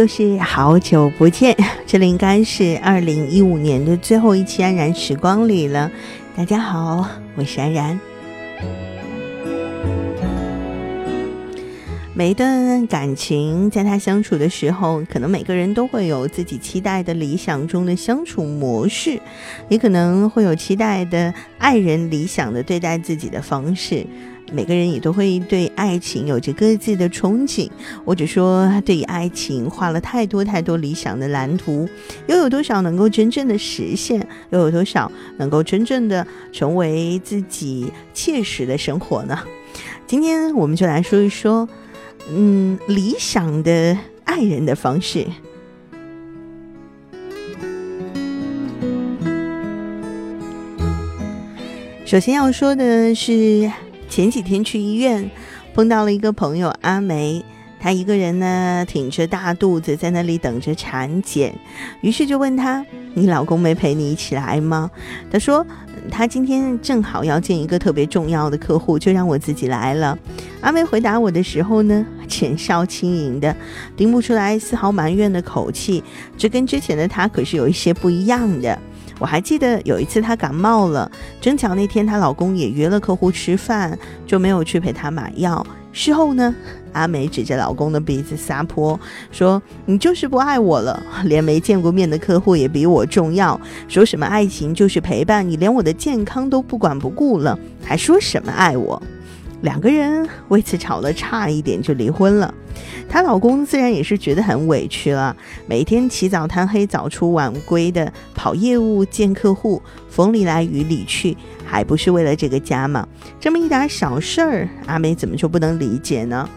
又是好久不见，这里应该是2015年的最后一期安然时光里了。大家好，我是安然。每一段感情在他相处的时候，可能每个人都会有自己期待的理想中的相处模式，也可能会有期待的爱人理想的对待自己的方式。每个人也都会对爱情有着各自的憧憬，或者说对于爱情画了太多理想的蓝图，又有多少能够真正的实现，又有多少能够真正的成为自己切实的生活呢？今天我们就来说一说理想的爱人的方式。首先要说的是，前几天去医院碰到了一个朋友阿梅，她一个人呢挺着大肚子在那里等着产检，于是就问她，你老公没陪你一起来吗？她说她今天正好要见一个特别重要的客户，就让我自己来了。阿梅回答我的时候呢，浅笑轻盈的，听不出来丝毫埋怨的口气，这跟之前的她可是有一些不一样的。我还记得有一次她感冒了，正巧那天她老公也约了客户吃饭，就没有去陪她买药。事后呢，阿梅指着老公的鼻子撒泼，说你就是不爱我了，连没见过面的客户也比我重要，说什么爱情就是陪伴，你连我的健康都不管不顾了，还说什么爱我。两个人为此吵了，差一点就离婚了。她老公自然也是觉得很委屈了，每天起早贪黑早出晚归的跑业务见客户，风里来雨里去，还不是为了这个家吗？这么一点小事儿，阿梅怎么就不能理解呢？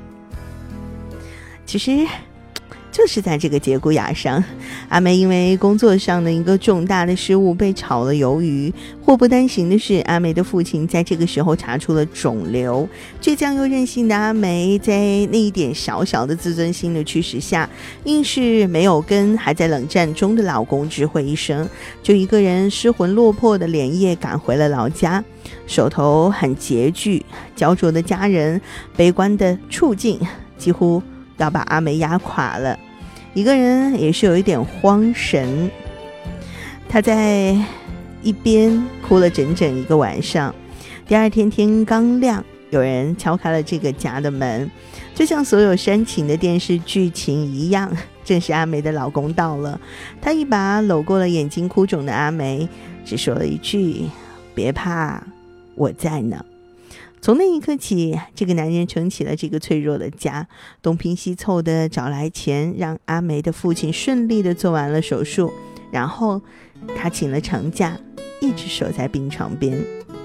其实就是在这个节骨眼上，阿梅因为工作上的一个重大的失误被炒了鱿鱼。祸不单行的是，阿梅的父亲在这个时候查出了肿瘤。倔强又任性的阿梅在那一点小小的自尊心的驱使下，硬是没有跟还在冷战中的老公知会一声，就一个人失魂落魄的连夜赶回了老家，手头很拮据，焦灼的家人，悲观的处境，几乎要把阿梅压垮了。一个人也是有一点慌神，他在一边哭了整整一个晚上。第二天天刚亮，有人敲开了这个家的门，就像所有煽情的电视剧情一样，正是阿梅的老公到了。他一把搂过了眼睛哭肿的阿梅，只说了一句，别怕，我在呢。从那一刻起，这个男人撑起了这个脆弱的家，东拼西凑的找来钱，让阿梅的父亲顺利的做完了手术，然后他请了长假，一直守在病床边。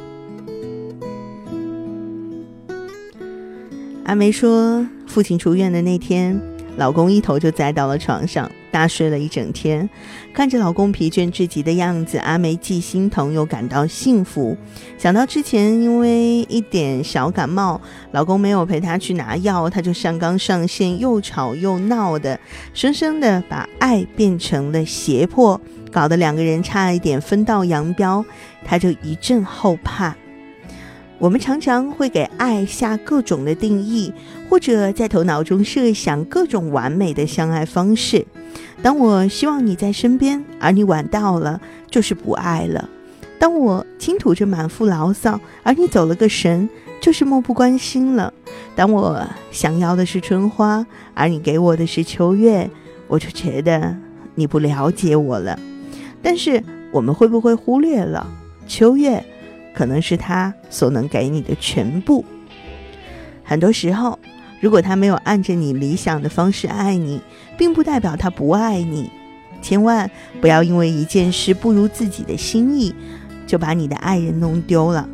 阿梅说，父亲出院的那天，老公一头就栽到了床上，大睡了一整天。看着老公疲倦至极的样子，阿梅既心疼又感到幸福。想到之前因为一点小感冒，老公没有陪她去拿药，她就上纲上线，又吵又闹的，生生的把爱变成了胁迫，搞得两个人差一点分道扬镳，她就一阵后怕。我们常常会给爱下各种的定义，或者在头脑中设想各种完美的相爱方式。当我希望你在身边，而你晚到了，就是不爱了。当我倾吐着满腹牢骚，而你走了个神，就是漠不关心了。当我想要的是春花，而你给我的是秋月，我就觉得你不了解我了。但是我们会不会忽略了，秋月可能是他所能给你的全部。很多时候，如果他没有按着你理想的方式爱你，并不代表他不爱你。千万不要因为一件事不如自己的心意，就把你的爱人弄丢了。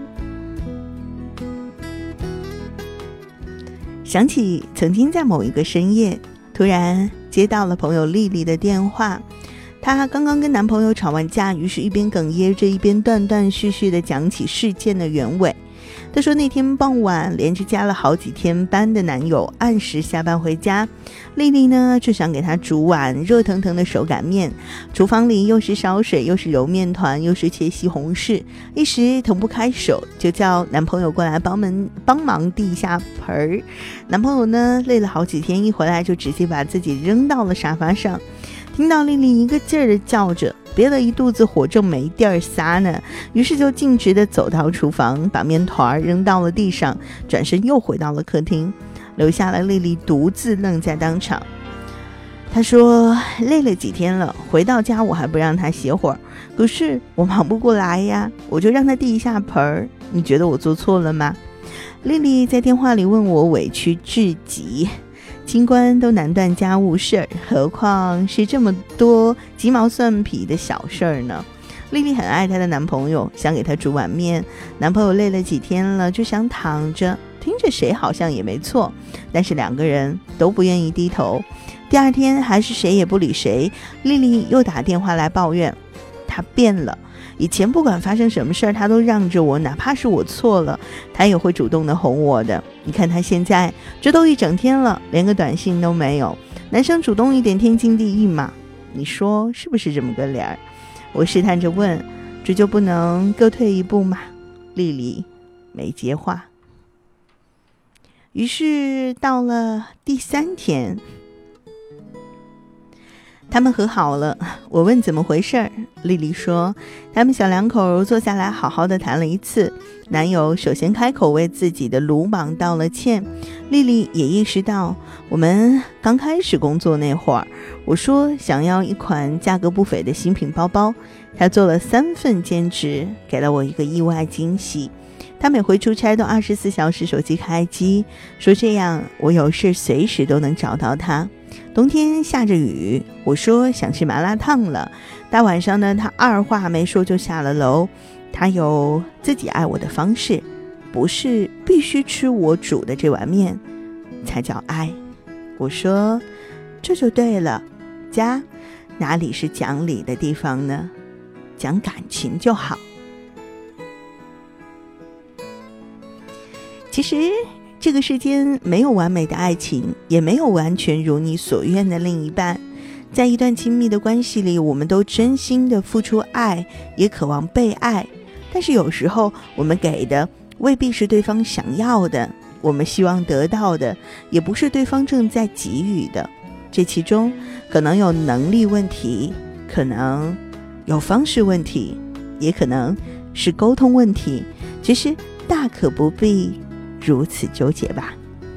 想起曾经在某一个深夜，突然接到了朋友丽丽的电话。她刚刚跟男朋友吵完架，于是一边哽咽着，一边断断续续地讲起事件的原委。 她说那天傍晚连着加了好几天班的男友按时下班回家，丽丽呢就想给他煮碗热腾腾的手擀面，厨房里又是烧水又是揉面团又是切西红柿，一时腾不开手，就叫男朋友过来帮忙递一下盆儿。男朋友呢累了好几天，一回来就直接把自己扔到了沙发上。听到丽丽一个劲儿的叫着，憋了一肚子火正没地儿撒呢，于是就径直的走到厨房，把面团扔到了地上，转身又回到了客厅，留下了丽丽独自愣在当场。她说累了几天了，回到家我还不让她歇会儿，可是我忙不过来呀，我就让她递一下盆儿，你觉得我做错了吗？丽丽在电话里问我，委屈至极，清官都难断家务事儿，何况是这么多鸡毛蒜皮的小事儿呢？丽丽很爱她的男朋友，想给他煮碗面，男朋友累了几天了就想躺着，听着谁好像也没错，但是两个人都不愿意低头。第二天还是谁也不理谁，丽丽又打电话来抱怨，她变了，以前不管发生什么事儿她都让着我，哪怕是我错了她也会主动的哄我的，你看她现在这都一整天了，连个短信都没有，男生主动一点天经地义嘛，你说是不是这么个理儿？我试探着问，这就不能各退一步吗？丽丽没接话。于是到了第3天，他们和好了，我问怎么回事儿，丽丽说他们小两口坐下来好好的谈了一次，男友首先开口为自己的鲁莽道了歉，丽丽也意识到我们刚开始工作那会儿，我说想要一款价格不菲的新品包包，她做了3份兼职，给了我一个意外惊喜。她每回出差都24小时手机开机，说这样我有事随时都能找到她。冬天下着雨，我说想吃麻辣烫了，大晚上呢，她二话没说就下了楼。她有自己爱我的方式，不是必须吃我煮的这碗面才叫爱。我说这就对了，家哪里是讲理的地方呢？讲感情就好。其实这个世间没有完美的爱情，也没有完全如你所愿的另一半。在一段亲密的关系里，我们都真心的付出爱，也渴望被爱，但是有时候我们给的未必是对方想要的，我们希望得到的也不是对方正在给予的。这其中可能有能力问题，可能有方式问题，也可能是沟通问题，其实大可不必如此纠结吧。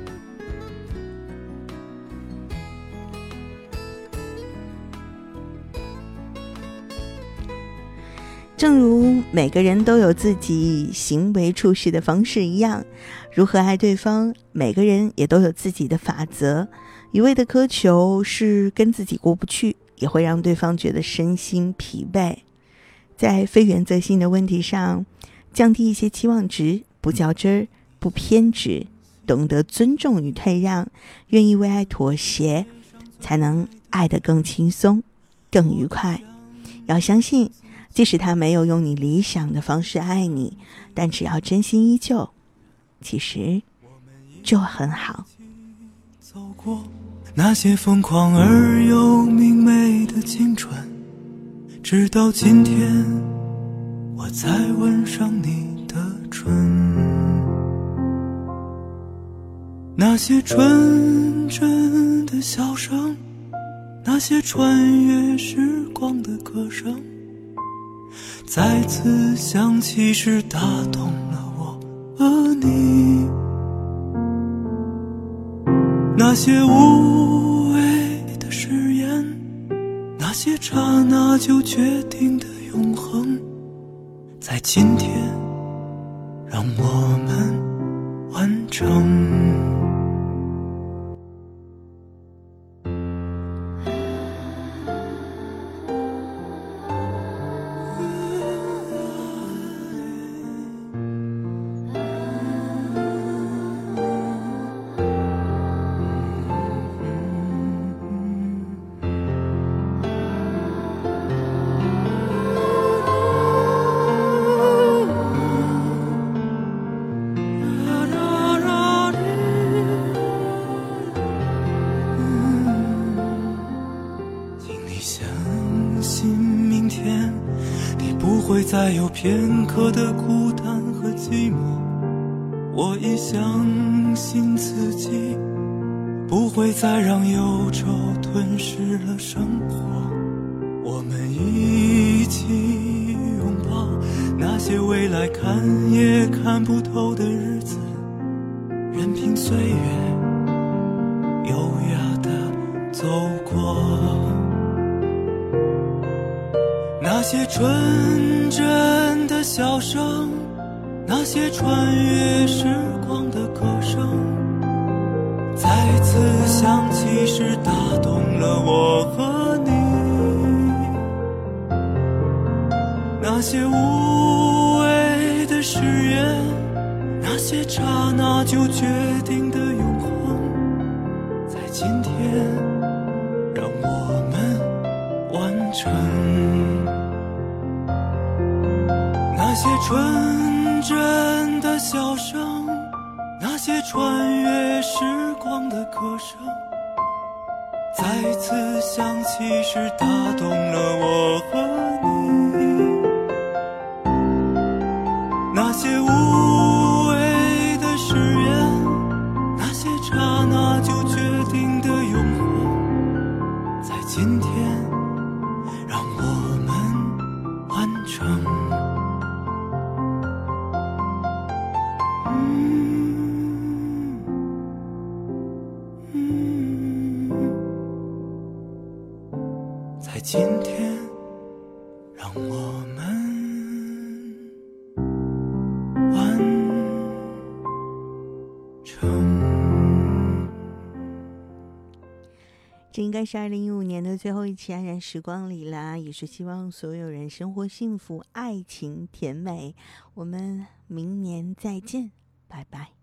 正如每个人都有自己行为处事的方式一样，如何爱对方，每个人也都有自己的法则。一味的苛求是跟自己过不去，也会让对方觉得身心疲惫。在非原则性的问题上，降低一些期望值，不较真儿，不偏执，懂得尊重与退让，愿意为爱妥协，才能爱得更轻松更愉快。要相信即使他没有用你理想的方式爱你，但只要真心依旧，其实就很好。 走过那些疯狂而又明媚的青春，直到今天我才吻上你的唇。那些纯真的笑声，那些穿越时光的歌声，再次响起时打动了我和你。那些无谓的誓言，那些刹那就决定的永恒，在今天让我们完成。 相信明天你不会再有片刻的孤单和寂寞，我已相信自己不会再让忧愁吞噬了生活，我们一起拥抱那些未来看也看不透的日子，任凭岁月优雅地走过。那些纯真的笑声，那些穿越时光的歌声，再次响起时打动了我和你。那些无谓的誓言，那些刹那就决定的永恒，在今天让我们完成。那些纯真的笑声，那些穿越时光的歌声，再次响起时打动了我和你。那些无谓的誓言，那些刹那就决定的永恒，在今天让我们完成。在今天让我们完成。 这应该是2015年的最后一期安然时光里啦，也是希望所有人生活幸福，爱情甜美。我们明年再见，拜拜。